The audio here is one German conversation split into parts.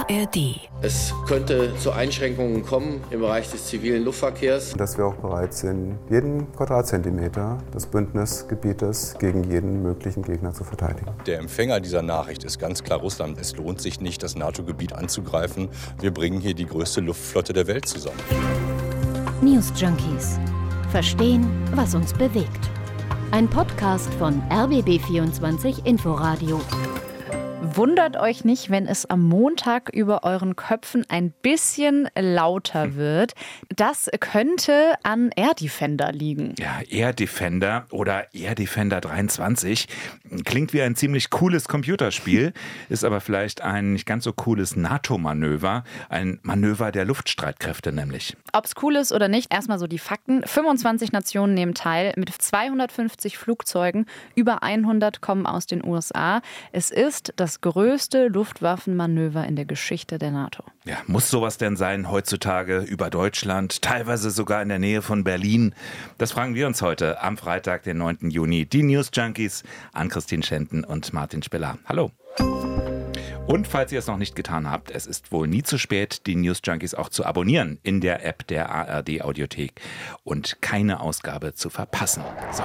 ARD. Es könnte zu Einschränkungen kommen im Bereich des zivilen Luftverkehrs. Dass wir auch bereit sind, jeden Quadratzentimeter des Bündnisgebietes gegen jeden möglichen Gegner zu verteidigen. Der Empfänger dieser Nachricht ist ganz klar Russland. Es lohnt sich nicht, das NATO-Gebiet anzugreifen. Wir bringen hier die größte Luftflotte der Welt zusammen. News Junkies. Verstehen, was uns bewegt. Ein Podcast von RBB24 Inforadio. Wundert euch nicht, wenn es am Montag über euren Köpfen ein bisschen lauter wird. Das könnte an Air Defender liegen. Ja, Air Defender oder Air Defender 23 klingt wie ein ziemlich cooles Computerspiel, ist aber vielleicht ein nicht ganz so cooles NATO-Manöver, ein Manöver der Luftstreitkräfte nämlich. Ob's cool ist oder nicht, erstmal so die Fakten. 25 Nationen nehmen teil mit 250 Flugzeugen, über 100 kommen aus den USA. Es ist das größte Luftwaffenmanöver in der Geschichte der NATO. Ja, muss sowas denn sein heutzutage über Deutschland, teilweise sogar in der Nähe von Berlin? Das fragen wir uns heute am Freitag, den 9. Juni. Die News Junkies an Christine Schenten und Martin Spiller. Hallo. Und falls ihr es noch nicht getan habt, es ist wohl nie zu spät, die News Junkies auch zu abonnieren in der App der ARD Audiothek und keine Ausgabe zu verpassen. So.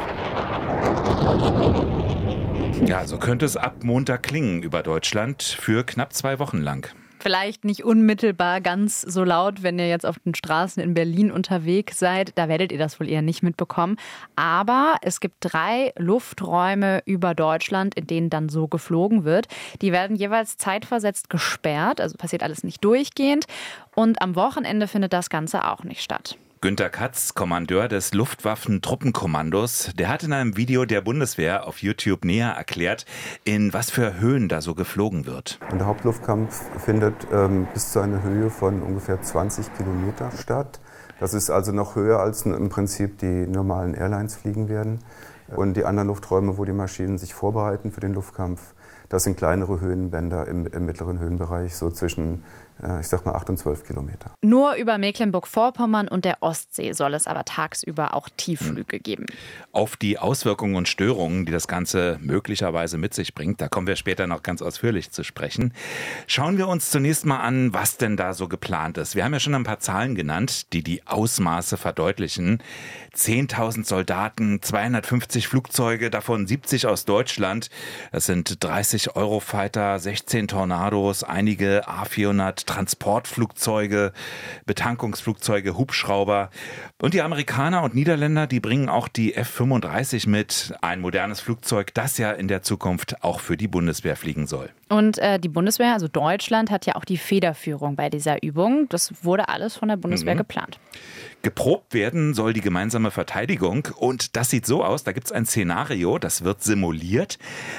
Ja, so könnte es ab Montag klingen über Deutschland für knapp 2 Wochen lang. Vielleicht nicht unmittelbar ganz so laut, wenn ihr jetzt auf den Straßen in Berlin unterwegs seid. Da werdet ihr das wohl eher nicht mitbekommen. Aber es gibt 3 Lufträume über Deutschland, in denen dann so geflogen wird. Die werden jeweils zeitversetzt gesperrt, also passiert alles nicht durchgehend. Und am Wochenende findet das Ganze auch nicht statt. Günter Katz, Kommandeur des Luftwaffen-Truppenkommandos, der hat in einem Video der Bundeswehr auf YouTube näher erklärt, in was für Höhen da so geflogen wird. Und der Hauptluftkampf findet bis zu einer Höhe von ungefähr 20 Kilometer statt. Das ist also noch höher, als im Prinzip die normalen Airlines fliegen werden. Und die anderen Lufträume, wo die Maschinen sich vorbereiten für den Luftkampf, das sind kleinere Höhenbänder im mittleren Höhenbereich, so zwischen 8 und 12 Kilometer. Nur über Mecklenburg-Vorpommern und der Ostsee soll es aber tagsüber auch Tiefflüge geben. Auf die Auswirkungen und Störungen, die das Ganze möglicherweise mit sich bringt, da kommen wir später noch ganz ausführlich zu sprechen. Schauen wir uns zunächst mal an, was denn da so geplant ist. Wir haben ja schon ein paar Zahlen genannt, die die Ausmaße verdeutlichen. 10.000 Soldaten, 250 Flugzeuge, davon 70 aus Deutschland. Das sind 30 Eurofighter, 16 Tornados, einige A400 Transportflugzeuge, Betankungsflugzeuge, Hubschrauber. Und die Amerikaner und Niederländer, die bringen auch die F-35 mit. Ein modernes Flugzeug, das ja in der Zukunft auch für die Bundeswehr fliegen soll. Und die Bundeswehr, also Deutschland, hat ja auch die Federführung bei dieser Übung. Das wurde alles von der Bundeswehr geplant. Geprobt werden soll die gemeinsame Verteidigung und das sieht so aus, da gibt es ein Szenario, das wird simuliert.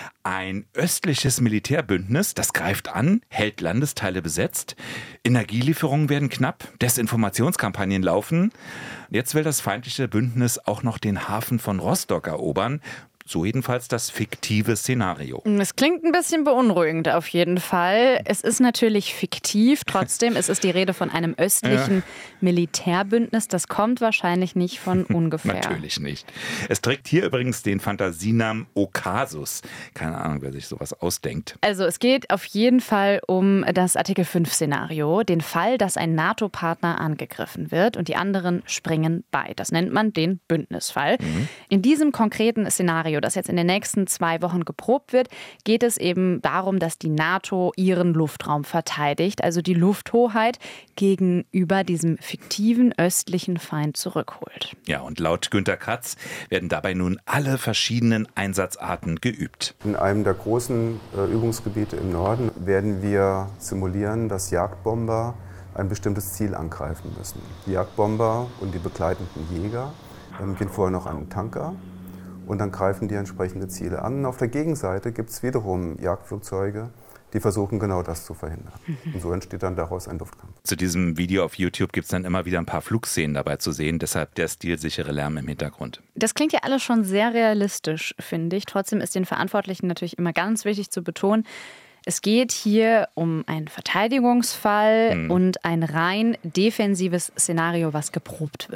Ein östliches Militärbündnis, das greift an, hält Landesteile besetzt, Energielieferungen werden knapp, Desinformationskampagnen laufen. Jetzt will das feindliche Bündnis auch noch den Hafen von Rostock erobern. So jedenfalls das fiktive Szenario. Es klingt ein bisschen beunruhigend auf jeden Fall. Es ist natürlich fiktiv, trotzdem ist es die Rede von einem östlichen Militärbündnis. Das kommt wahrscheinlich nicht von ungefähr. Natürlich nicht. Es trägt hier übrigens den Fantasienamen Okasus. Keine Ahnung, wer sich sowas ausdenkt. Also es geht auf jeden Fall um das Artikel 5-Szenario, den Fall, dass ein NATO-Partner angegriffen wird und die anderen springen bei. Das nennt man den Bündnisfall. In diesem konkreten Szenario, das jetzt in den nächsten 2 Wochen geprobt wird, geht es eben darum, dass die NATO ihren Luftraum verteidigt, also die Lufthoheit gegenüber diesem fiktiven östlichen Feind zurückholt. Ja, und laut Günter Katz werden dabei nun alle verschiedenen Einsatzarten geübt. In einem der großen Übungsgebiete im Norden werden wir simulieren, dass Jagdbomber ein bestimmtes Ziel angreifen müssen. Die Jagdbomber und die begleitenden Jäger gehen vorher noch an den Tanker. Und dann greifen die entsprechende Ziele an. Und auf der Gegenseite gibt es wiederum Jagdflugzeuge, die versuchen genau das zu verhindern. Und so entsteht dann daraus ein Luftkampf. Zu diesem Video auf YouTube gibt es dann immer wieder ein paar Flugszenen dabei zu sehen, deshalb der stilsichere Lärm im Hintergrund. Das klingt ja alles schon sehr realistisch, finde ich. Trotzdem ist den Verantwortlichen natürlich immer ganz wichtig zu betonen, es geht hier um einen Verteidigungsfall und ein rein defensives Szenario, was geprobt wird.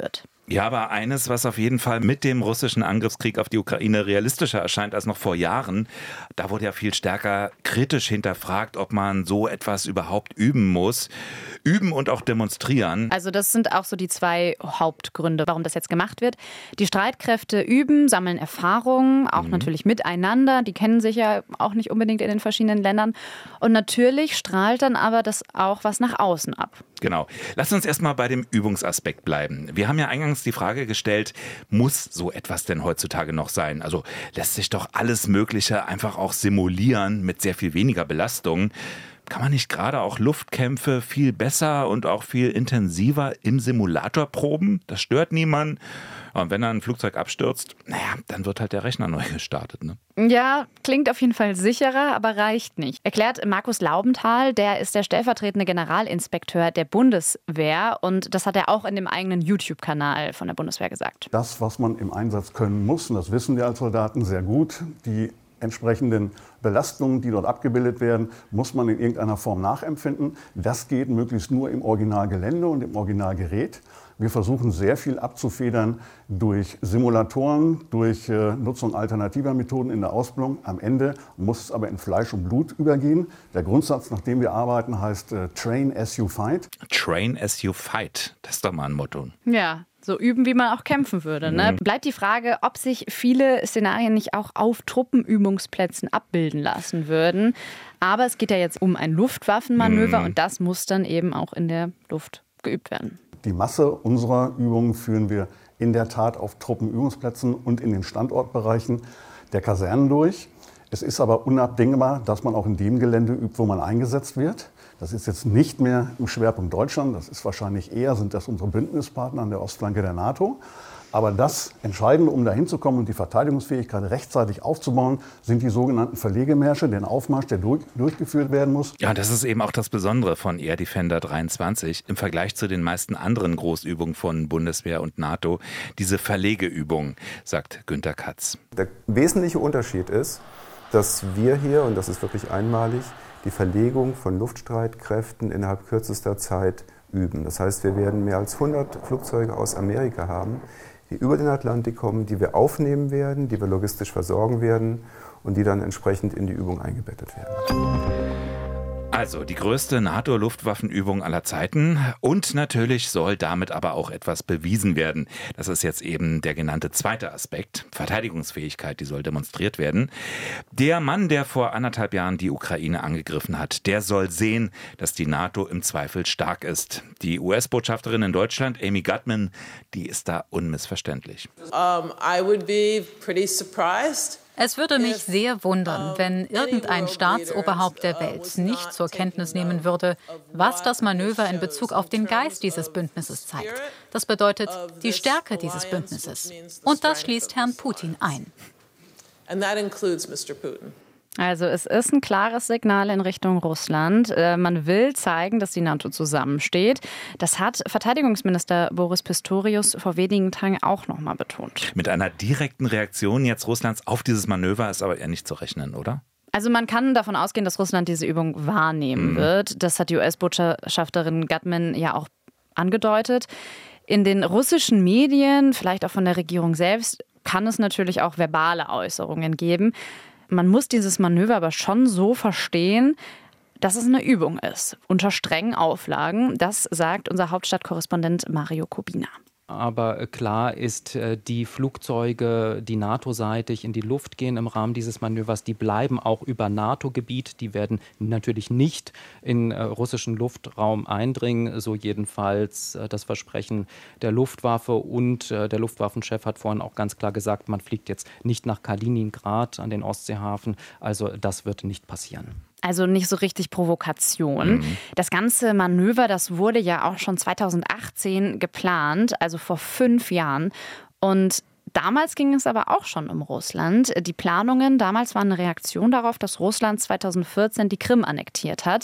Ja, aber eines, was auf jeden Fall mit dem russischen Angriffskrieg auf die Ukraine realistischer erscheint als noch vor Jahren, da wurde ja viel stärker kritisch hinterfragt, ob man so etwas überhaupt üben muss. Üben und auch demonstrieren. Also das sind auch so die 2 Hauptgründe, warum das jetzt gemacht wird. Die Streitkräfte üben, sammeln Erfahrungen, auch natürlich miteinander. Die kennen sich ja auch nicht unbedingt in den verschiedenen Ländern. Und natürlich strahlt dann aber das auch was nach außen ab. Genau. Lass uns erstmal bei dem Übungsaspekt bleiben. Wir haben ja eingangs die Frage gestellt, muss so etwas denn heutzutage noch sein? Also lässt sich doch alles Mögliche einfach auch simulieren mit sehr viel weniger Belastung. Kann man nicht gerade auch Luftkämpfe viel besser und auch viel intensiver im Simulator proben? Das stört niemanden. Und wenn dann ein Flugzeug abstürzt, dann wird halt der Rechner neu gestartet. Ne? Ja, klingt auf jeden Fall sicherer, aber reicht nicht. Erklärt Markus Laubenthal, der ist der stellvertretende Generalinspekteur der Bundeswehr. Und das hat er auch in dem eigenen YouTube-Kanal von der Bundeswehr gesagt. Das, was man im Einsatz können muss, und das wissen wir als Soldaten sehr gut, die entsprechenden Belastungen, die dort abgebildet werden, muss man in irgendeiner Form nachempfinden. Das geht möglichst nur im Originalgelände und im Originalgerät. Wir versuchen sehr viel abzufedern durch Simulatoren, durch Nutzung alternativer Methoden in der Ausbildung. Am Ende muss es aber in Fleisch und Blut übergehen. Der Grundsatz, nach dem wir arbeiten, heißt Train as you fight. Train as you fight, das ist doch mal ein Motto. Ja. So üben, wie man auch kämpfen würde. Ne? Bleibt die Frage, ob sich viele Szenarien nicht auch auf Truppenübungsplätzen abbilden lassen würden. Aber es geht ja jetzt um ein Luftwaffenmanöver und das muss dann eben auch in der Luft geübt werden. Die Masse unserer Übungen führen wir in der Tat auf Truppenübungsplätzen und in den Standortbereichen der Kasernen durch. Es ist aber unabdingbar, dass man auch in dem Gelände übt, wo man eingesetzt wird. Das ist jetzt nicht mehr im Schwerpunkt Deutschland, das ist wahrscheinlich eher, sind das unsere Bündnispartner an der Ostflanke der NATO. Aber das Entscheidende, um dahin zu kommen und die Verteidigungsfähigkeit rechtzeitig aufzubauen, sind die sogenannten Verlegemärsche, den Aufmarsch, der durchgeführt werden muss. Ja, das ist eben auch das Besondere von Air Defender 23 im Vergleich zu den meisten anderen Großübungen von Bundeswehr und NATO. Diese Verlegeübung, sagt Günter Katz. Der wesentliche Unterschied ist, dass wir hier, und das ist wirklich einmalig, die Verlegung von Luftstreitkräften innerhalb kürzester Zeit üben. Das heißt, wir werden mehr als 100 Flugzeuge aus Amerika haben, die über den Atlantik kommen, die wir aufnehmen werden, die wir logistisch versorgen werden und die dann entsprechend in die Übung eingebettet werden. Also die größte NATO-Luftwaffenübung aller Zeiten und natürlich soll damit aber auch etwas bewiesen werden. Das ist jetzt eben der genannte zweite Aspekt, Verteidigungsfähigkeit, die soll demonstriert werden. Der Mann, der vor 1,5 Jahren die Ukraine angegriffen hat, der soll sehen, dass die NATO im Zweifel stark ist. Die US-Botschafterin in Deutschland, Amy Gutman, die ist da unmissverständlich. I would be pretty surprised. Es würde mich sehr wundern, wenn irgendein Staatsoberhaupt der Welt nicht zur Kenntnis nehmen würde, was das Manöver in Bezug auf den Geist dieses Bündnisses zeigt. Das bedeutet die Stärke dieses Bündnisses. Und das schließt Herrn Putin ein. Also es ist ein klares Signal in Richtung Russland. Man will zeigen, dass die NATO zusammensteht. Das hat Verteidigungsminister Boris Pistorius vor wenigen Tagen auch nochmal betont. Mit einer direkten Reaktion jetzt Russlands auf dieses Manöver ist aber eher nicht zu rechnen, oder? Also man kann davon ausgehen, dass Russland diese Übung wahrnehmen wird. Das hat die US-Botschafterin Gutman ja auch angedeutet. In den russischen Medien, vielleicht auch von der Regierung selbst, kann es natürlich auch verbale Äußerungen geben. Man muss dieses Manöver aber schon so verstehen, dass es eine Übung ist, unter strengen Auflagen. Das sagt unser Hauptstadtkorrespondent Mario Kubina. Aber klar ist, die Flugzeuge, die NATO-seitig in die Luft gehen im Rahmen dieses Manövers, die bleiben auch über NATO-Gebiet. Die werden natürlich nicht in russischen Luftraum eindringen. So jedenfalls das Versprechen der Luftwaffe. Und der Luftwaffenchef hat vorhin auch ganz klar gesagt, man fliegt jetzt nicht nach Kaliningrad an den Ostseehafen. Also das wird nicht passieren. Also nicht so richtig Provokation. Das ganze Manöver, das wurde ja auch schon 2018 geplant, also vor 5 Jahren. Und Damals ging es aber auch schon um Russland. Die Planungen damals waren eine Reaktion darauf, dass Russland 2014 die Krim annektiert hat.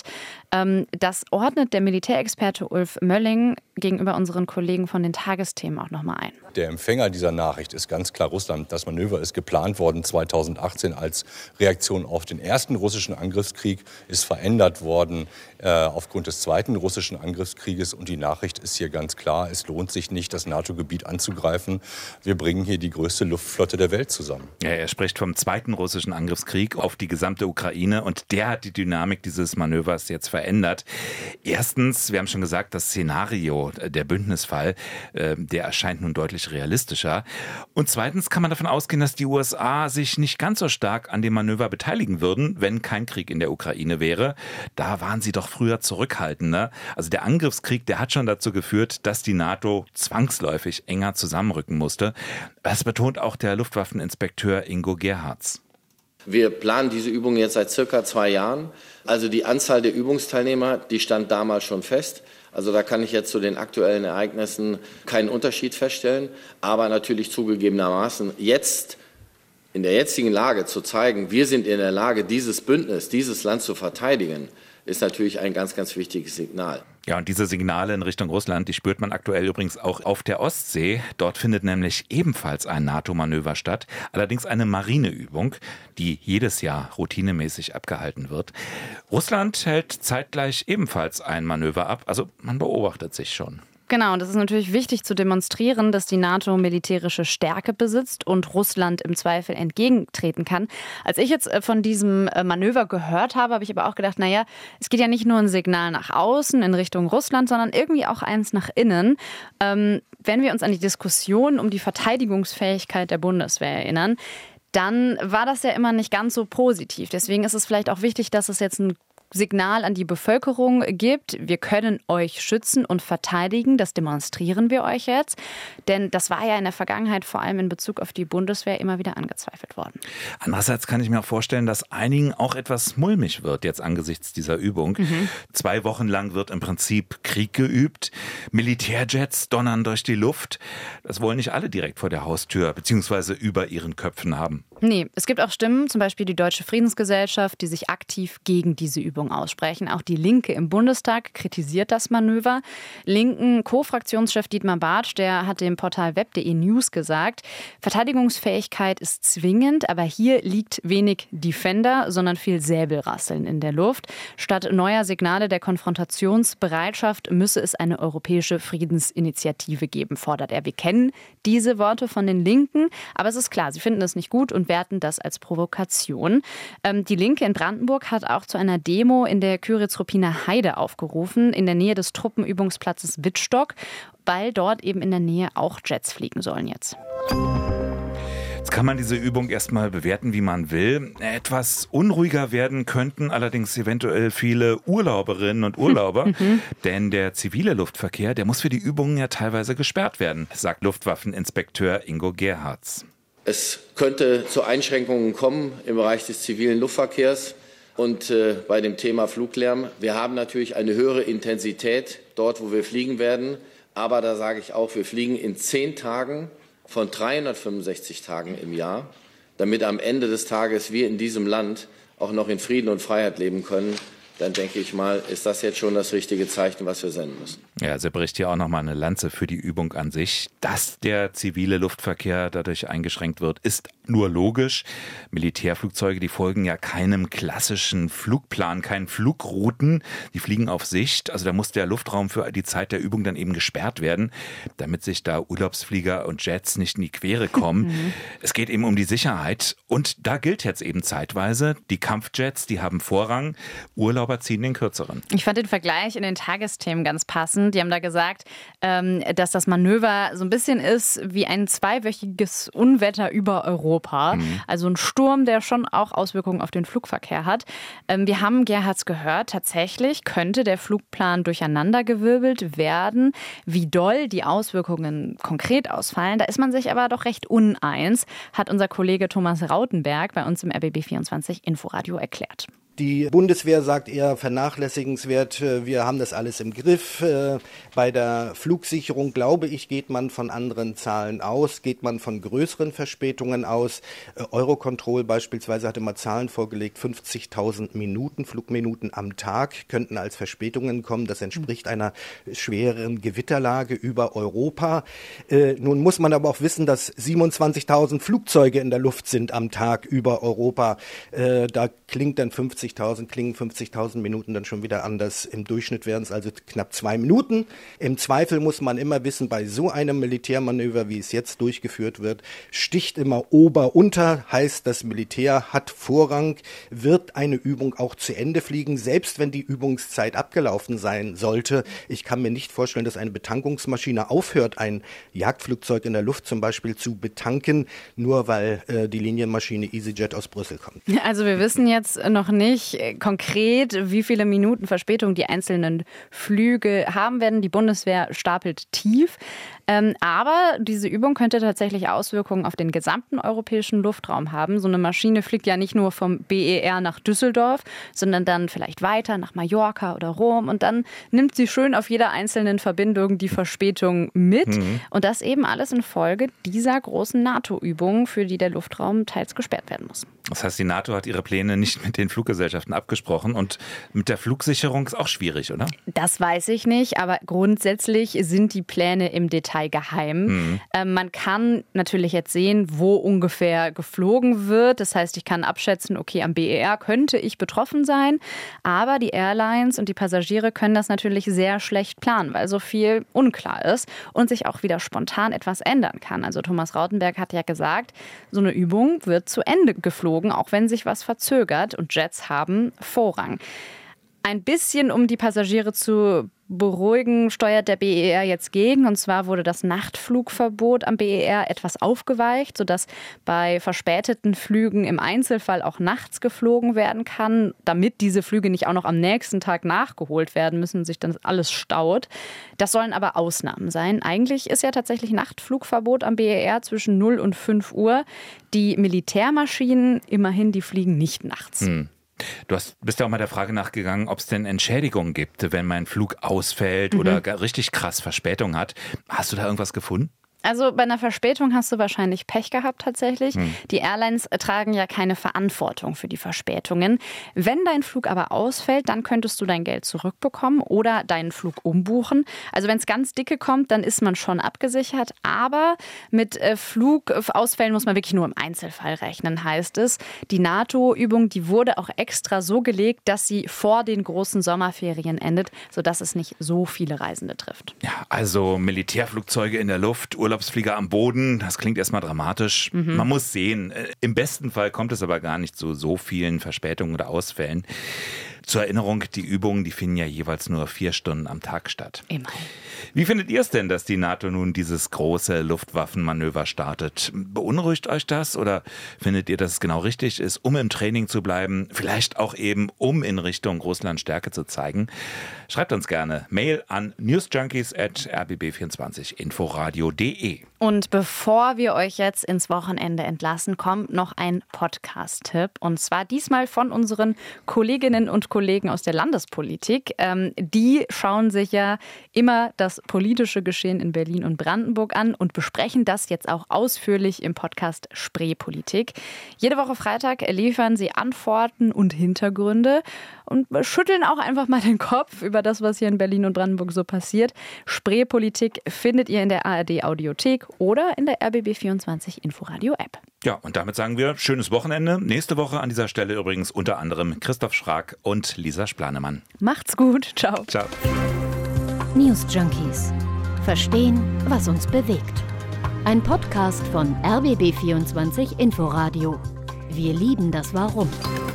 Das ordnet der Militärexperte Ulf Mölling gegenüber unseren Kollegen von den Tagesthemen auch nochmal ein. Der Empfänger dieser Nachricht ist ganz klar Russland. Das Manöver ist geplant worden 2018 als Reaktion auf den ersten russischen Angriffskrieg, ist verändert worden aufgrund des zweiten russischen Angriffskrieges. Und die Nachricht ist hier ganz klar, es lohnt sich nicht, das NATO-Gebiet anzugreifen. Wir bringen hier die größte Luftflotte der Welt zusammen. Ja, er spricht vom zweiten russischen Angriffskrieg auf die gesamte Ukraine und der hat die Dynamik dieses Manövers jetzt verändert. Erstens, wir haben schon gesagt, das Szenario, der Bündnisfall, der erscheint nun deutlich realistischer. Und zweitens kann man davon ausgehen, dass die USA sich nicht ganz so stark an dem Manöver beteiligen würden, wenn kein Krieg in der Ukraine wäre. Da waren sie doch früher zurückhaltender. Also der Angriffskrieg, der hat schon dazu geführt, dass die NATO zwangsläufig enger zusammenrücken musste. Das betont auch der Luftwaffeninspekteur Ingo Gerhards. Wir planen diese Übung jetzt seit circa 2 Jahren. Also die Anzahl der Übungsteilnehmer, die stand damals schon fest. Also da kann ich jetzt zu den aktuellen Ereignissen keinen Unterschied feststellen. Aber natürlich zugegebenermaßen jetzt in der jetzigen Lage zu zeigen, wir sind in der Lage, dieses Bündnis, dieses Land zu verteidigen, ist natürlich ein ganz, ganz wichtiges Signal. Ja, und diese Signale in Richtung Russland, die spürt man aktuell übrigens auch auf der Ostsee. Dort findet nämlich ebenfalls ein NATO-Manöver statt, allerdings eine Marineübung, die jedes Jahr routinemäßig abgehalten wird. Russland hält zeitgleich ebenfalls ein Manöver ab, also man beobachtet sich schon. Genau, und es ist natürlich wichtig zu demonstrieren, dass die NATO militärische Stärke besitzt und Russland im Zweifel entgegentreten kann. Als ich jetzt von diesem Manöver gehört habe, habe ich aber auch gedacht, naja, es geht ja nicht nur ein Signal nach außen in Richtung Russland, sondern irgendwie auch eins nach innen. Wenn wir uns an die Diskussion um die Verteidigungsfähigkeit der Bundeswehr erinnern, dann war das ja immer nicht ganz so positiv. Deswegen ist es vielleicht auch wichtig, dass es jetzt ein Signal an die Bevölkerung gibt, wir können euch schützen und verteidigen, das demonstrieren wir euch jetzt. Denn das war ja in der Vergangenheit vor allem in Bezug auf die Bundeswehr immer wieder angezweifelt worden. Andererseits kann ich mir auch vorstellen, dass einigen auch etwas mulmig wird jetzt angesichts dieser Übung. 2 Wochen lang wird im Prinzip Krieg geübt, Militärjets donnern durch die Luft. Das wollen nicht alle direkt vor der Haustür bzw. über ihren Köpfen haben. Nee, es gibt auch Stimmen, zum Beispiel die Deutsche Friedensgesellschaft, die sich aktiv gegen diese Übung aussprechen. Auch die Linke im Bundestag kritisiert das Manöver. Linken Co-Fraktionschef Dietmar Bartsch, der hat dem Portal web.de News gesagt, Verteidigungsfähigkeit ist zwingend, aber hier liegt wenig Defender, sondern viel Säbelrasseln in der Luft. Statt neuer Signale der Konfrontationsbereitschaft müsse es eine europäische Friedensinitiative geben, fordert er. Wir kennen diese Worte von den Linken, aber es ist klar, sie finden es nicht gut und werten das als Provokation. Die Linke in Brandenburg hat auch zu einer Demo in der Kyritz-Ruppiner Heide aufgerufen, in der Nähe des Truppenübungsplatzes Wittstock, weil dort eben in der Nähe auch Jets fliegen sollen jetzt. Jetzt kann man diese Übung erstmal bewerten, wie man will. Etwas unruhiger werden könnten allerdings eventuell viele Urlauberinnen und Urlauber, denn der zivile Luftverkehr, der muss für die Übungen ja teilweise gesperrt werden, sagt Luftwaffeninspekteur Ingo Gerhards. Es könnte zu Einschränkungen kommen im Bereich des zivilen Luftverkehrs und bei dem Thema Fluglärm. Wir haben natürlich eine höhere Intensität dort, wo wir fliegen werden. Aber da sage ich auch, wir fliegen in 10 Tagen von 365 Tagen im Jahr, damit am Ende des Tages wir in diesem Land auch noch in Frieden und Freiheit leben können. Dann denke ich mal, ist das jetzt schon das richtige Zeichen, was wir senden müssen. Ja, also er bricht hier auch nochmal eine Lanze für die Übung an sich. Dass der zivile Luftverkehr dadurch eingeschränkt wird, ist nur logisch. Militärflugzeuge, die folgen ja keinem klassischen Flugplan, keinen Flugrouten. Die fliegen auf Sicht. Also da muss der Luftraum für die Zeit der Übung dann eben gesperrt werden, damit sich da Urlaubsflieger und Jets nicht in die Quere kommen. Es geht eben um die Sicherheit. Und da gilt jetzt eben zeitweise, die Kampfjets, die haben Vorrang. Urlauber ziehen den kürzeren. Ich fand den Vergleich in den Tagesthemen ganz passend. Die haben da gesagt, dass das Manöver so ein bisschen ist wie ein 2-wöchiges Unwetter über Europa. Also ein Sturm, der schon auch Auswirkungen auf den Flugverkehr hat. Wir haben Gerhards gehört, tatsächlich könnte der Flugplan durcheinandergewirbelt werden. Wie doll die Auswirkungen konkret ausfallen, da ist man sich aber doch recht uneins, hat unser Kollege Thomas Rautenberg bei uns im RBB 24 Inforadio erklärt. Die Bundeswehr sagt eher vernachlässigenswert, wir haben das alles im Griff. Bei der Flugsicherung, glaube ich, geht man von anderen Zahlen aus, geht man von größeren Verspätungen aus. Eurocontrol beispielsweise hatte mal Zahlen vorgelegt, 50.000 Minuten, Flugminuten am Tag könnten als Verspätungen kommen. Das entspricht einer schweren Gewitterlage über Europa. Nun muss man aber auch wissen, dass 27.000 Flugzeuge in der Luft sind am Tag über Europa. Da klingen 50.000 Minuten dann schon wieder anders. Im Durchschnitt wären es also knapp 2 Minuten. Im Zweifel muss man immer wissen, bei so einem Militärmanöver, wie es jetzt durchgeführt wird, sticht immer Ober-Unter, heißt, das Militär hat Vorrang, wird eine Übung auch zu Ende fliegen, selbst wenn die Übungszeit abgelaufen sein sollte. Ich kann mir nicht vorstellen, dass eine Betankungsmaschine aufhört, ein Jagdflugzeug in der Luft zum Beispiel zu betanken, nur weil die Linienmaschine EasyJet aus Brüssel kommt. Also wir wissen jetzt noch nicht konkret, wie viele Minuten Verspätung die einzelnen Flüge haben werden. Die Bundeswehr stapelt tief. Aber diese Übung könnte tatsächlich Auswirkungen auf den gesamten europäischen Luftraum haben. So eine Maschine fliegt ja nicht nur vom BER nach Düsseldorf, sondern dann vielleicht weiter nach Mallorca oder Rom. Und dann nimmt sie schön auf jeder einzelnen Verbindung die Verspätung mit. Und das eben alles infolge dieser großen NATO-Übung, für die der Luftraum teils gesperrt werden muss. Das heißt, die NATO hat ihre Pläne nicht mit den Fluggesellschaften abgesprochen. Und mit der Flugsicherung ist auch schwierig, oder? Das weiß ich nicht, aber grundsätzlich sind die Pläne im Detail geheim. Man kann natürlich jetzt sehen, wo ungefähr geflogen wird. Das heißt, ich kann abschätzen, okay, am BER könnte ich betroffen sein, aber die Airlines und die Passagiere können das natürlich sehr schlecht planen, weil so viel unklar ist und sich auch wieder spontan etwas ändern kann. Also Thomas Rautenberg hat ja gesagt, so eine Übung wird zu Ende geflogen, auch wenn sich was verzögert, und Jets haben Vorrang. Ein bisschen, um die Passagiere zu beruhigen, steuert der BER jetzt gegen. Und zwar wurde das Nachtflugverbot am BER etwas aufgeweicht, sodass bei verspäteten Flügen im Einzelfall auch nachts geflogen werden kann, damit diese Flüge nicht auch noch am nächsten Tag nachgeholt werden müssen und sich dann alles staut. Das sollen aber Ausnahmen sein. Eigentlich ist ja tatsächlich Nachtflugverbot am BER zwischen 0 und 5 Uhr. Die Militärmaschinen, immerhin, die fliegen nicht nachts. Du bist ja auch mal der Frage nachgegangen, ob es denn Entschädigungen gibt, wenn mein Flug ausfällt oder richtig krass Verspätung hat. Hast du da irgendwas gefunden? Also bei einer Verspätung hast du wahrscheinlich Pech gehabt tatsächlich. Die Airlines tragen ja keine Verantwortung für die Verspätungen. Wenn dein Flug aber ausfällt, dann könntest du dein Geld zurückbekommen oder deinen Flug umbuchen. Also wenn es ganz dicke kommt, dann ist man schon abgesichert. Aber mit Flugausfällen muss man wirklich nur im Einzelfall rechnen, heißt es. Die NATO-Übung, die wurde auch extra so gelegt, dass sie vor den großen Sommerferien endet, sodass es nicht so viele Reisende trifft. Ja, also Militärflugzeuge in der Luft, Urlaubsflieger am Boden, das klingt erstmal dramatisch. Man muss sehen, im besten Fall kommt es aber gar nicht zu so vielen Verspätungen oder Ausfällen. Zur Erinnerung, die Übungen, die finden ja jeweils nur 4 Stunden am Tag statt. Immerhin. Wie findet ihr es denn, dass die NATO nun dieses große Luftwaffenmanöver startet? Beunruhigt euch das oder findet ihr, dass es genau richtig ist, um im Training zu bleiben? Vielleicht auch eben, um in Richtung Russland Stärke zu zeigen? Schreibt uns gerne Mail an newsjunkies@rbb24inforadio.de. Und bevor wir euch jetzt ins Wochenende entlassen, kommt noch ein Podcast-Tipp. Und zwar diesmal von unseren Kolleginnen und Kollegen aus der Landespolitik. Die schauen sich ja immer das politische Geschehen in Berlin und Brandenburg an und besprechen das jetzt auch ausführlich im Podcast Spreepolitik. Jede Woche Freitag liefern sie Antworten und Hintergründe und schütteln auch einfach mal den Kopf über das, was hier in Berlin und Brandenburg so passiert. Spreepolitik findet ihr in der ARD-Audiothek oder in der RBB24 Inforadio-App. Ja, und damit sagen wir, schönes Wochenende. Nächste Woche an dieser Stelle übrigens unter anderem Christoph Schrag und Lisa Splanemann. Macht's gut. Ciao. Ciao. News Junkies. Verstehen, was uns bewegt. Ein Podcast von RBB24 Inforadio. Wir lieben das Warum.